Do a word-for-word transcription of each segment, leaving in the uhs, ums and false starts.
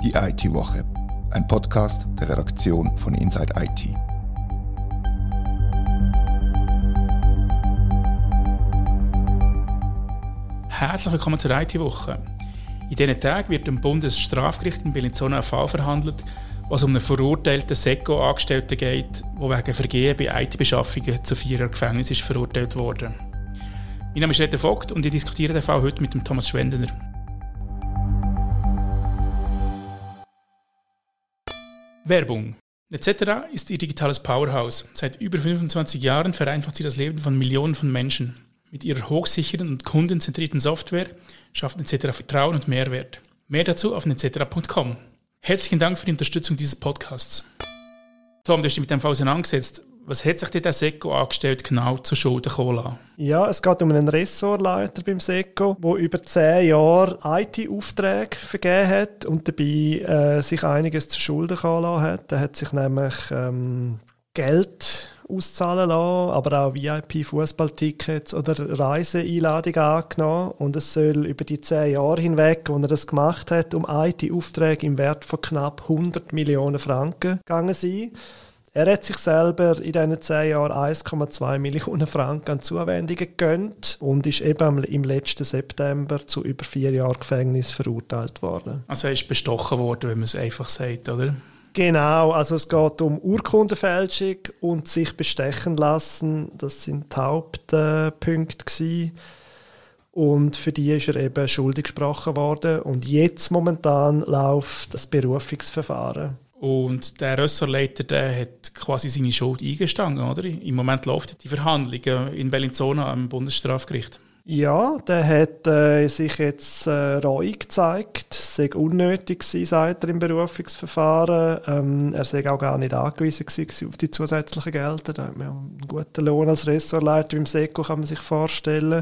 Die I T-Woche, ein Podcast der Redaktion von Inside I T. Herzlich willkommen zur I T-Woche. In diesen Tagen wird im Bundesstrafgericht in Bellinzona ein Fall verhandelt, was um einen verurteilten SECO-Angestellten geht, der wegen Vergehen bei I T-Beschaffungen zu vier Jahren Gefängnis ist verurteilt wurde. Mein Name ist Reto Vogt und ich diskutiere den Fall heute mit dem Thomas Schwendener. Werbung. et cetera ist ihr digitales Powerhouse. Seit über fünfundzwanzig Jahren vereinfacht sie das Leben von Millionen von Menschen. Mit ihrer hochsicheren und kundenzentrierten Software schafft et cetera Vertrauen und Mehrwert. Mehr dazu auf et cetera punkt com. Herzlichen Dank für die Unterstützung dieses Podcasts. Tom, du hast dich mit dem Fall auseinandergesetzt. Was hat sich denn der SECO angestellt genau zu Schulden kommen lassen? Ja, es geht um einen Ressortleiter beim SECO, der über zehn Jahre I T-Aufträge vergeben hat und dabei äh, sich einiges zu Schulden kommen lassen hat. Er hat sich nämlich ähm, Geld auszahlen lassen, aber auch V I P-Fußballtickets oder Reiseeinladungen angenommen. Und es soll über die zehn Jahre hinweg, wo er das gemacht hat, um I T-Aufträge im Wert von knapp hundert Millionen Franken gegangen sein. Er hat sich selber in diesen zehn Jahren eins Komma zwei Millionen Franken an Zuwendungen gegönnt und ist eben im letzten September zu über vier Jahren Gefängnis verurteilt worden. Also er ist bestochen worden, wenn man es einfach sagt, oder? Genau, also es geht um Urkundenfälschung und sich bestechen lassen. Das sind die Hauptpunkte gewesen. Und für die ist er eben schuldig gesprochen worden. Und jetzt momentan läuft das Berufungsverfahren. Und der Ressortleiter, der hat quasi seine Schuld eingestanden, oder? Im Moment läuft die Verhandlung in Bellinzona am Bundesstrafgericht. Ja, der hat äh, sich jetzt äh, Reue gezeigt. Es sei unnötig gewesen, sagt er im Berufungsverfahren. Ähm, er sei auch gar nicht angewiesen gewesen auf die zusätzlichen Gelder. Da hat man einen guten Lohn als Ressortleiter im SECO, kann man sich vorstellen.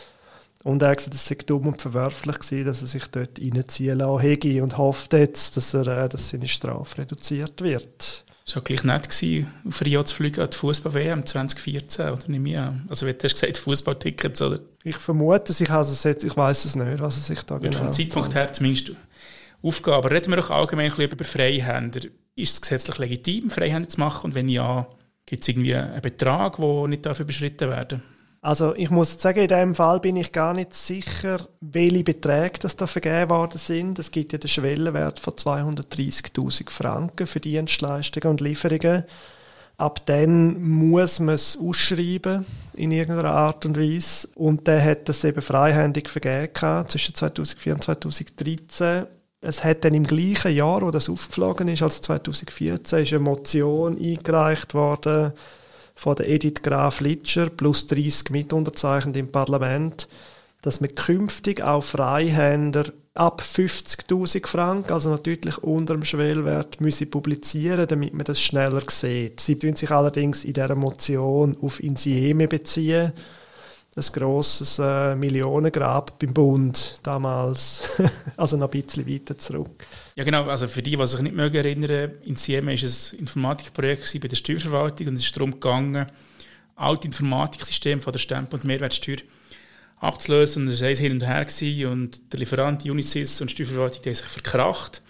Und er hat gesagt, es sei dumm und verwerflich gewesen, dass er sich dort reinziehen lassen hätte und hofft jetzt, dass, er, äh, dass seine Strafe reduziert wird. Es war gleich nett gewesen, auf Rio zu fliegen an die Fußball-W M zwanzig vierzehn, oder nicht mehr? Also wie hast du gesagt, Fußballtickets, oder? Ich vermute es, ich, also ich weiss es nicht, was er sich da Wird genau... vom Zeitpunkt her zumindest aufgehen. Aber reden wir doch allgemein ein bisschen über Freihänder. Ist es gesetzlich legitim, Freihänder zu machen? Und wenn ja, gibt es irgendwie einen Betrag, der nicht überschritten werden darf? Also ich muss sagen, in diesem Fall bin ich gar nicht sicher, welche Beträge das da vergeben worden sind. Es gibt ja den Schwellenwert von zweihundertdreissigtausend Franken für Dienstleistungen und Lieferungen. Ab dann muss man es ausschreiben in irgendeiner Art und Weise. Und der hat das eben freihändig vergeben gehabt, zwischen zweitausendvier und zweitausenddreizehn. Es hat dann im gleichen Jahr, wo das aufgeflogen ist, also zweitausendvierzehn, ist eine Motion eingereicht worden von der Edith Graf-Litscher plus dreißig Mitunterzeichnende im Parlament, dass man künftig auch Freihänder ab fünfzigtausend Franken, also natürlich unter dem Schwellwert, müssen publizieren, damit man das schneller sieht. Sie beziehen sich allerdings in dieser Motion auf Insieme beziehen, ein grosses äh, Millionengrab beim Bund damals, also noch ein bisschen weiter zurück. Ja genau, also für die, die sich nicht mehr erinnern, Insieme war ein Informatikprojekt bei der Steuerverwaltung und es ist darum gegangen, alte Informatiksysteme von der Stempel- und Mehrwertsteuer abzulösen. Und es war eins hin und her gewesen und der Lieferant, die Unisys und die Steuerverwaltung, die haben sich verkracht.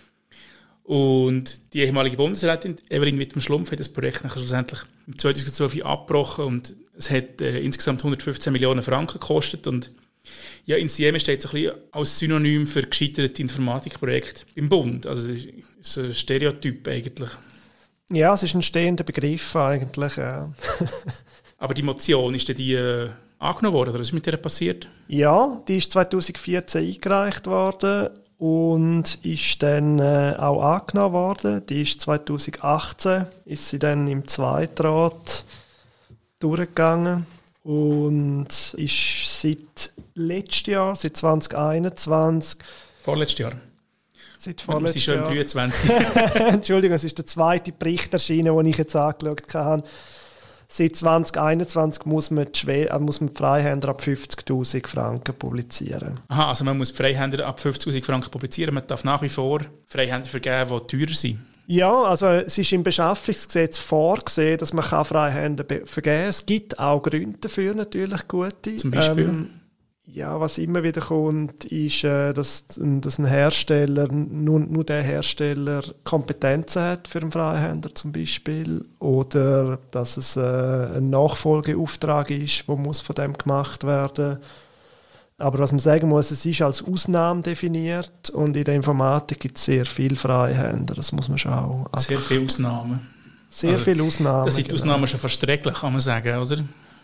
Und die ehemalige Bundesrätin Evelyn Wittmann-Schlumpf hat das Projekt nachher schlussendlich im zweitausendzwölf abgebrochen und es hat äh, insgesamt hundertfünfzehn Millionen Franken gekostet. Und ja, Insieme steht so ein bisschen als Synonym für gescheiterte Informatikprojekte im Bund. Also es ist ein Stereotyp eigentlich. Ja, es ist ein stehender Begriff eigentlich. Ja. Aber die Motion, ist die äh, angenommen worden oder was ist mit der passiert? Ja, die ist zweitausendvierzehn eingereicht worden. Und ist dann äh, auch angenommen worden. Die ist zweitausendachtzehn, ist sie dann im Zweitrat durchgegangen und ist seit letztem Jahr, seit zwanzig einundzwanzig... Vorletztes Jahr? Seit vorletztes Jahr. Wir sind schon im dreiundzwanzig. Entschuldigung, es ist der zweite Bericht erschienen, den ich jetzt angeschaut habe. Seit zwanzig einundzwanzig muss man die, Schwe- äh, muss man die Freihänder ab fünfzigtausend Franken publizieren. Aha, also man muss die Freihänder ab fünfzigtausend Franken publizieren. Man darf nach wie vor Freihänder vergeben, die teurer sind. Ja, also es ist im Beschaffungsgesetz vorgesehen, dass man Freihänder be- vergeben kann. Es gibt auch Gründe dafür, natürlich gute. Zum Beispiel? Ähm, Ja, was immer wieder kommt, ist, äh, dass, dass ein Hersteller, nur, nur der Hersteller Kompetenzen hat für einen Freihändler zum Beispiel, oder dass es äh, ein Nachfolgeauftrag ist, der muss von dem gemacht werden. Aber was man sagen muss, es ist als Ausnahme definiert und in der Informatik gibt es sehr viele Freihändler, das muss man schon auch. Sehr viele Ausnahmen. Sehr also, viele Ausnahmen. Das sind die Ausnahmen genau. Schon fast reglich, kann man sagen, oder?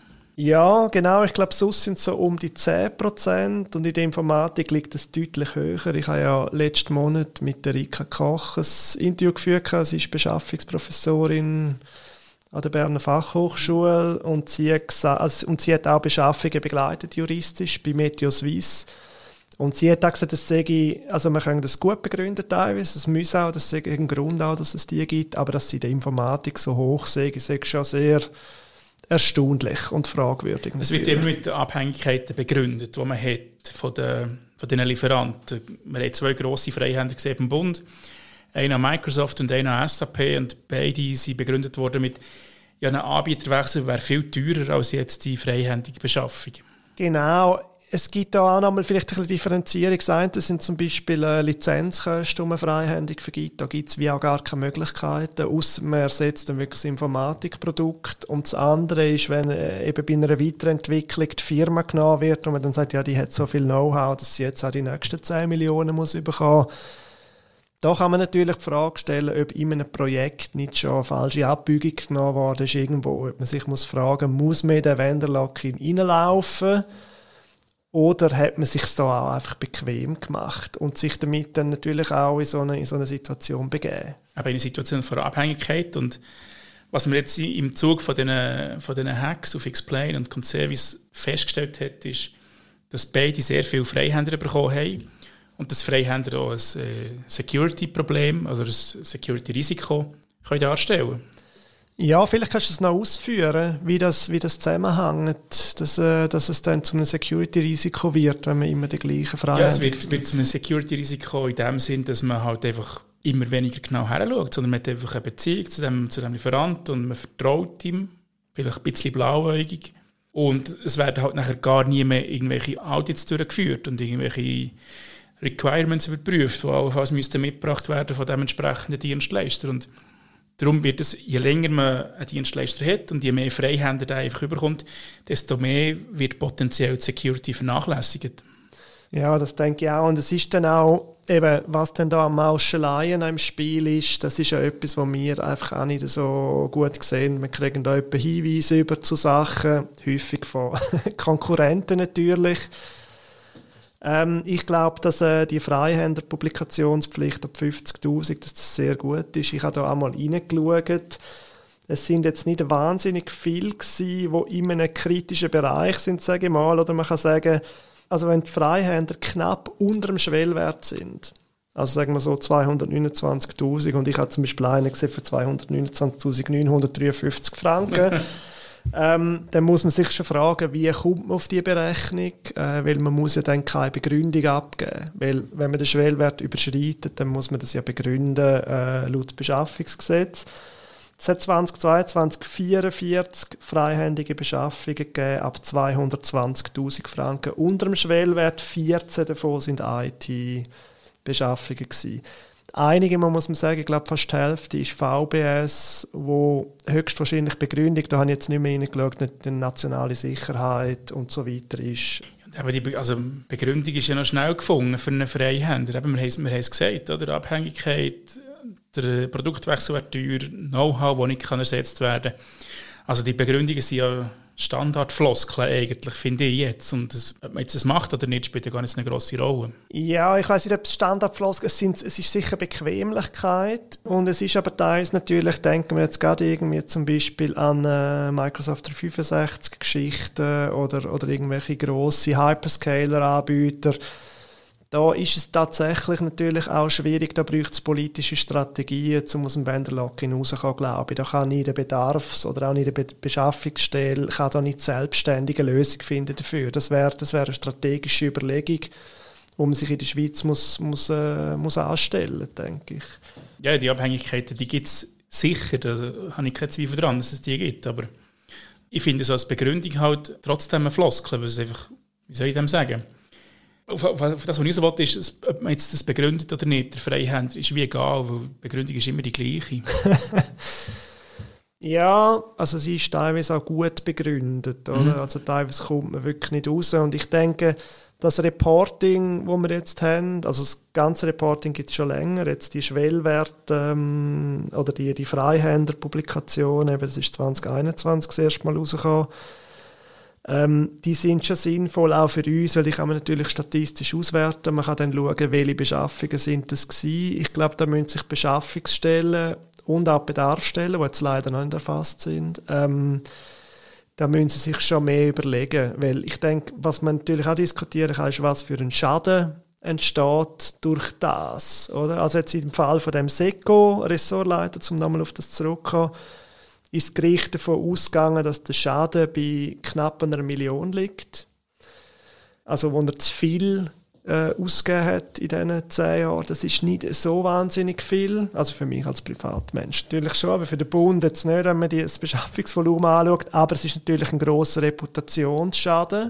Ja, genau. Ich glaube, sonst sind es so um die zehn Prozent und in der Informatik liegt es deutlich höher. Ich habe ja letzten Monat mit der Rika Koch ein Interview geführt. Sie ist Beschaffungsprofessorin an der Berner Fachhochschule und sie hat, gesagt, also, und sie hat auch Beschaffungen begleitet, juristisch, bei Meteo Suisse. Und sie hat auch gesagt, das sei, also man kann das gut begründen teilweise, das muss auch, das sei ein Grund auch, dass es die gibt, aber dass sie in der Informatik so hoch sei, ist schon sehr erstaunlich und fragwürdig. Es wird immer mit Abhängigkeiten begründet, die man hat von den, von den Lieferanten. Man hat zwei grosse Freihändler gesehen im Bund, einen an Microsoft und einen an S A P, und beide sind begründet worden mit, ja, ein Anbieterwechsel wäre viel teurer als jetzt die freihändige Beschaffung. Genau. Es gibt da auch nochmal vielleicht eine Differenzierung. Das eine sind zum Beispiel äh, Lizenzkosten, die man freihändig vergibt. Da gibt es wie auch gar keine Möglichkeiten, ausser man ersetzt dann wirklich das Informatikprodukt. Und das andere ist, wenn äh, eben bei einer Weiterentwicklung die Firma genommen wird und man dann sagt, ja, die hat so viel Know-how, dass sie jetzt auch die nächsten zehn Millionen muss bekommen. Da kann man natürlich die Frage stellen, ob in einem Projekt nicht schon eine falsche Abbiegung genommen worden ist irgendwo. Ob man sich muss fragen, muss man in den Vendor-Lock-in reinlaufen? Oder hat man sich da auch einfach bequem gemacht und sich damit dann natürlich auch in so eine, in so eine Situation begeben? Aber in einer Situation von Abhängigkeit. Und was man jetzt im Zug von diesen, von diesen Hacks auf Explain und Conservice festgestellt hat, ist, dass beide sehr viele Freihändler bekommen haben und dass Freihändler auch ein Security-Problem oder ein Security-Risiko darstellen können. Ja, vielleicht kannst du es noch ausführen, wie das, wie das zusammenhängt, dass, äh, dass es dann zu einem Security-Risiko wird, wenn man immer die gleichen Fragen hat. Ja, es wird, wird zu einem Security-Risiko in dem Sinn, dass man halt einfach immer weniger genau heranschaut, sondern man hat einfach eine Beziehung zu dem, zu dem Lieferanten und man vertraut ihm, vielleicht ein bisschen blauäugig. Und es werden halt nachher gar nie mehr irgendwelche Audits durchgeführt und irgendwelche Requirements überprüft, die allenfalls müssten mitgebracht werden von dem entsprechenden Dienstleister. Und darum wird es, je länger man einen Dienstleister hat und je mehr Freihänder der einfach überkommt, desto mehr wird potenziell die Security vernachlässigt. Ja, das denke ich auch. Und es ist dann auch, eben, was dann da am Mauscheleien im Spiel ist, das ist ja etwas, was wir einfach auch nicht so gut sehen. Wir kriegen da etwa Hinweise über zu Sachen, häufig von Konkurrenten natürlich. Ähm, ich glaube, dass äh, die Freihänder-Publikationspflicht ab fünfzigtausend, dass das sehr gut ist. Ich habe da auch mal reingeschaut. Es sind jetzt nicht wahnsinnig viele gewesen, die in einem kritischen Bereich sind, sage ich mal. Oder man kann sagen, also wenn die Freihänder knapp unter dem Schwellwert sind, also sagen wir so zweihundertneunundzwanzigtausend, und ich habe zum Beispiel einen gesehen für zweihundertneunundzwanzigtausendneunhundertdreiundfünfzig Franken, Ähm, dann muss man sich schon fragen, wie kommt man auf diese Berechnung, äh, weil man muss ja dann keine Begründung abgeben, weil wenn man den Schwellwert überschreitet, dann muss man das ja begründen äh, laut Beschaffungsgesetz. Es hat zweitausendzweiundzwanzig vierundvierzig freihändige Beschaffungen gegeben, ab zweihundertzwanzigtausend Franken unter dem Schwellwert, vierzehn davon sind I T-Beschaffungen gewesen. Einige, muss man sagen, ich glaube fast die Hälfte ist V B S, wo höchstwahrscheinlich Begründung, da habe ich jetzt nicht mehr reingeschaut, nicht die nationale Sicherheit und so weiter ist. Aber die Be- also Begründung ist ja noch schnell gefunden für einen Freihändler. Eben, wir haben es gesagt, oder? Abhängigkeit, der Produktwechsel wird teuer, Know-how, das nicht ersetzt werden kann. Also die Begründungen sind ja Standardfloskeln eigentlich, finde ich jetzt. Und das, ob man jetzt das macht oder nicht, spielt ja gar nicht eine grosse Rolle. Ja, ich weiss nicht, ob es Standardfloskeln sind. Es ist sicher Bequemlichkeit. Und es ist aber teils natürlich, denken wir jetzt gerade irgendwie zum Beispiel an äh, Microsoft dreihundertfünfundsechzig-Geschichten oder, oder irgendwelche grosse Hyperscaler-Anbieter. Da ist es tatsächlich natürlich auch schwierig, da braucht es politische Strategien, um aus dem Vendor-Lock-in rauszukommen, glaube ich. Da kann nicht der Bedarfs- oder auch nicht der Be- Beschaffungsstelle kann da nicht selbstständige Lösung finden dafür. Das wäre das wär eine strategische Überlegung, die man sich in der Schweiz muss, muss, äh, muss anstellen, denke ich. Ja, die Abhängigkeiten, die gibt es sicher, da habe ich keinen Zweifel daran, dass es die gibt, aber ich finde es als Begründung halt trotzdem eine Floskel, weil es einfach wie soll ich dem sagen? Auf, auf, auf das, was ich raus wollte, ist, ob man jetzt das begründet oder nicht, der Freihändler, ist wie egal, weil die Begründung ist immer die gleiche. Ja, also sie ist teilweise auch gut begründet, oder? Mhm. Also teilweise kommt man wirklich nicht raus. Und ich denke, das Reporting, das wir jetzt haben, also das ganze Reporting gibt es schon länger, jetzt die Schwellwerte ähm, oder die, die Freihänder-Publikation, eben, das ist zwanzig einundzwanzig das erste Mal rausgekommen, ähm, die sind schon sinnvoll auch für uns, weil die kann man natürlich statistisch auswerten. Man kann dann schauen, welche Beschaffungen sind das gewesen. Ich glaube, da müssen sich Beschaffungsstellen und auch Bedarfsstellen, die jetzt leider noch nicht erfasst sind, ähm, da müssen sie sich schon mehr überlegen. Weil ich denke, was man natürlich auch diskutieren kann, ist, was für ein Schaden entsteht durch das. Oder? Also jetzt im Fall von dem SECO-Ressortleiter, um nochmal auf das zurückzukommen, ist das Gericht davon ausgegangen, dass der Schaden bei knapp einer Million liegt. Also wo er zu viel äh, ausgegeben hat in diesen zehn Jahren. Das ist nicht so wahnsinnig viel. Also für mich als Privatmensch natürlich schon, aber für den Bund jetzt nicht, wenn man das Beschaffungsvolumen anschaut. Aber es ist natürlich ein grosser Reputationsschaden.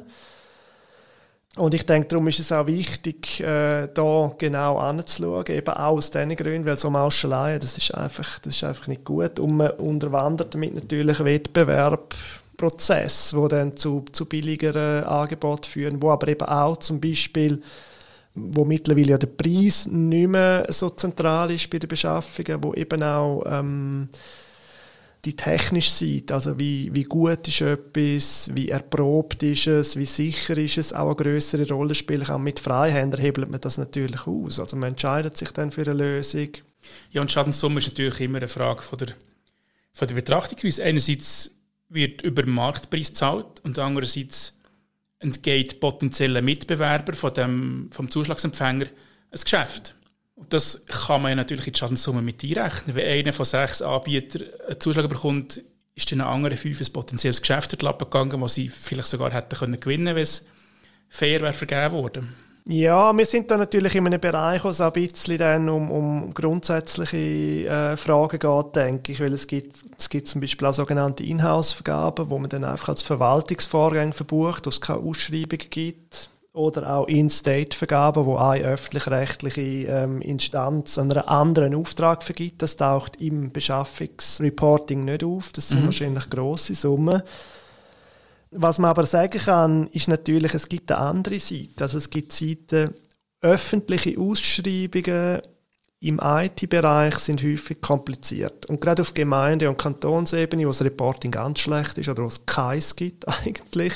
Und ich denke, darum ist es auch wichtig, äh, da genau anzuschauen, eben auch aus diesen Gründen, weil so Mauscheleien, das ist einfach, das ist einfach nicht gut. Und man unterwandert damit natürlich Wettbewerbprozesse, die dann zu, zu billigeren Angeboten führen, wo aber eben auch zum Beispiel, wo mittlerweile ja der Preis nicht mehr so zentral ist bei den Beschaffungen, wo eben auch ähm, die technische Seite, also wie, wie gut ist etwas, wie erprobt ist es, wie sicher ist es, auch eine grössere Rolle spielt. Auch mit Freihändern hebelt man das natürlich aus. Also man entscheidet sich dann für eine Lösung. Ja, und Schadenssumme ist natürlich immer eine Frage von der, von der Betrachtungsweise. Einerseits wird über den Marktpreis gezahlt und andererseits entgeht potenzieller Mitbewerber von dem, vom Zuschlagsempfänger ein Geschäft. Und das kann man ja natürlich in die Schadenssumme mit einrechnen. Wenn einer von sechs Anbietern einen Zuschlag bekommt, ist dann ein anderer fünf ein potenzielles Geschäft durch die Lappen gegangen, das sie vielleicht sogar hätten können gewinnen können, wenn es fair wäre vergeben worden. Ja, wir sind da natürlich in einem Bereich, wo es auch ein bisschen dann um, um grundsätzliche äh, Fragen geht, denke ich. Weil es gibt, es gibt zum Beispiel auch sogenannte Inhouse-Vergaben, wo man dann einfach als Verwaltungsvorgang verbucht, wo es keine Ausschreibung gibt. Oder auch In-State-Vergaben, wo eine öffentlich-rechtliche ähm, Instanz einen anderen Auftrag vergibt. Das taucht im Beschaffungsreporting nicht auf. Das sind mhm. wahrscheinlich grosse Summen. Was man aber sagen kann, ist natürlich, es gibt eine andere Seite. Also es gibt Seiten, öffentliche Ausschreibungen im I T-Bereich sind häufig kompliziert. Und gerade auf Gemeinde- und Kantonsebene, wo das Reporting ganz schlecht ist oder wo es keins gibt eigentlich,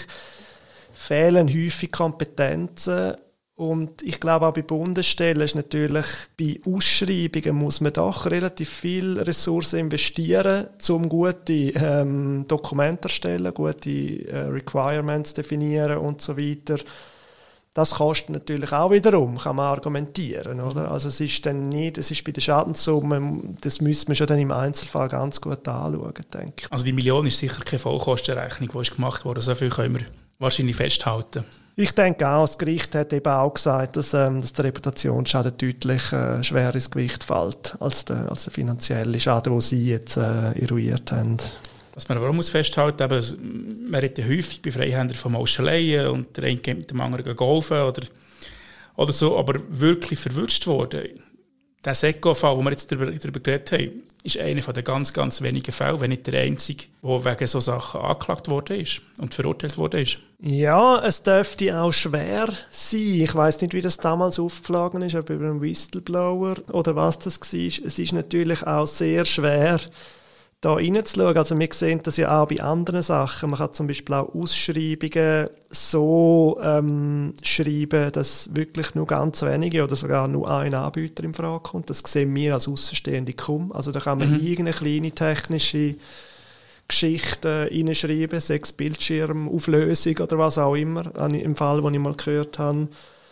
fehlen häufig Kompetenzen. Und ich glaube auch bei Bundesstellen ist natürlich, bei Ausschreibungen muss man doch relativ viel Ressourcen investieren, um gute ähm, Dokumente erstellen, gute äh, Requirements definieren und so weiter. Das kostet natürlich auch wiederum, kann man argumentieren, oder? Also es ist dann nicht, es ist bei der Schadenssumme, das müsste man schon dann im Einzelfall ganz gut anschauen, denke ich. Also die Million ist sicher keine Vollkostenrechnung, die ist gemacht wurde, so viel können wir wahrscheinlich festhalten. Ich denke auch, das Gericht hat eben auch gesagt, dass, ähm, dass der Reputationsschaden deutlich äh, schwer ins Gewicht fällt, als der, als der finanzielle Schaden, den Sie jetzt äh, eruiert haben. Was man aber auch muss festhalten muss, man redet ja häufig bei Freihändlern von Mauscheleien und der eine geht mit dem anderen golfen oder, oder so, aber wirklich verwünscht worden. Der SECO-Fall, den wir jetzt darüber, darüber geredet haben, ist einer von den ganz, ganz wenigen Fällen, wenn nicht der einzige, der wegen so Sachen angeklagt worden ist und verurteilt worden ist. Ja, es dürfte auch schwer sein. Ich weiss nicht, wie das damals aufgeflogen ist, ob über einen Whistleblower oder was das war. Es ist natürlich auch sehr schwer, da reinzuschauen. Also wir sehen das ja auch bei anderen Sachen. Man kann zum Beispiel auch Ausschreibungen so ähm, schreiben, dass wirklich nur ganz wenige oder sogar nur ein Anbieter in Frage kommt. Das sehen wir als Außenstehende kaum. Also da kann man mhm. irgendeine kleine technische Geschichte reinschreiben, sechs Bildschirmauflösung oder was auch immer, im Fall, den ich mal gehört habe.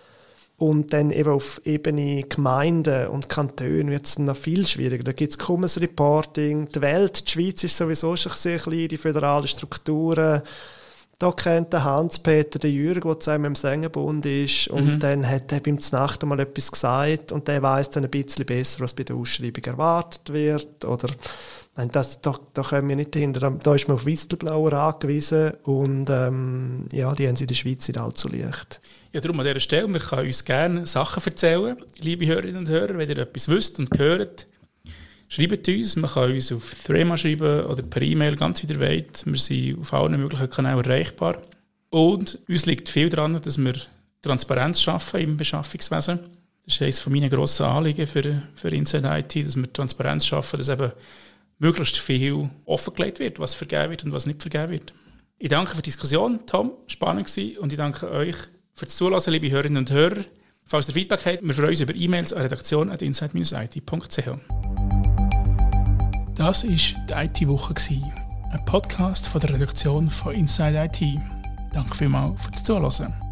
Und dann eben auf Ebene Gemeinden und Kantone wird es noch viel schwieriger. Da gibt es kaum ein Reporting. Die Welt, die Schweiz ist sowieso schon sehr klein, die föderalen Strukturen. Da kennt der Hans-Peter den Jürgen, der zusammen im Sängerbund ist. Und mhm. dann hat er beim Znacht mal etwas gesagt und der weiss dann ein bisschen besser, was bei der Ausschreibung erwartet wird. Oder, nein, das, da, da können wir nicht dahinter. Da ist man auf Whistleblower angewiesen und ähm, ja, die haben sie in der Schweiz nicht allzu leicht. Ja, darum an dieser Stelle, wir können uns gerne Sachen erzählen, liebe Hörerinnen und Hörer, wenn ihr etwas wisst und hört. Schreibt uns, man kann uns auf Threema schreiben oder per E-Mail, ganz wie ihr wollt. Wir sind auf allen möglichen Kanälen erreichbar. Und uns liegt viel daran, dass wir Transparenz schaffen im Beschaffungswesen. Das ist eines meiner grossen Anliegen für, für Inside I T, dass wir Transparenz schaffen, dass eben möglichst viel offengelegt wird, was vergeben wird und was nicht vergeben wird. Ich danke für die Diskussion, Tom, spannend gewesen. Und ich danke euch für das Zuhören, liebe Hörerinnen und Hörer. Falls ihr Feedback habt, wir freuen uns über E-Mails an redaktion at inside dash i t punkt c h. Das war die I T-Woche, ein Podcast von der Redaktion von Inside I T. Danke vielmals fürs Zuhören.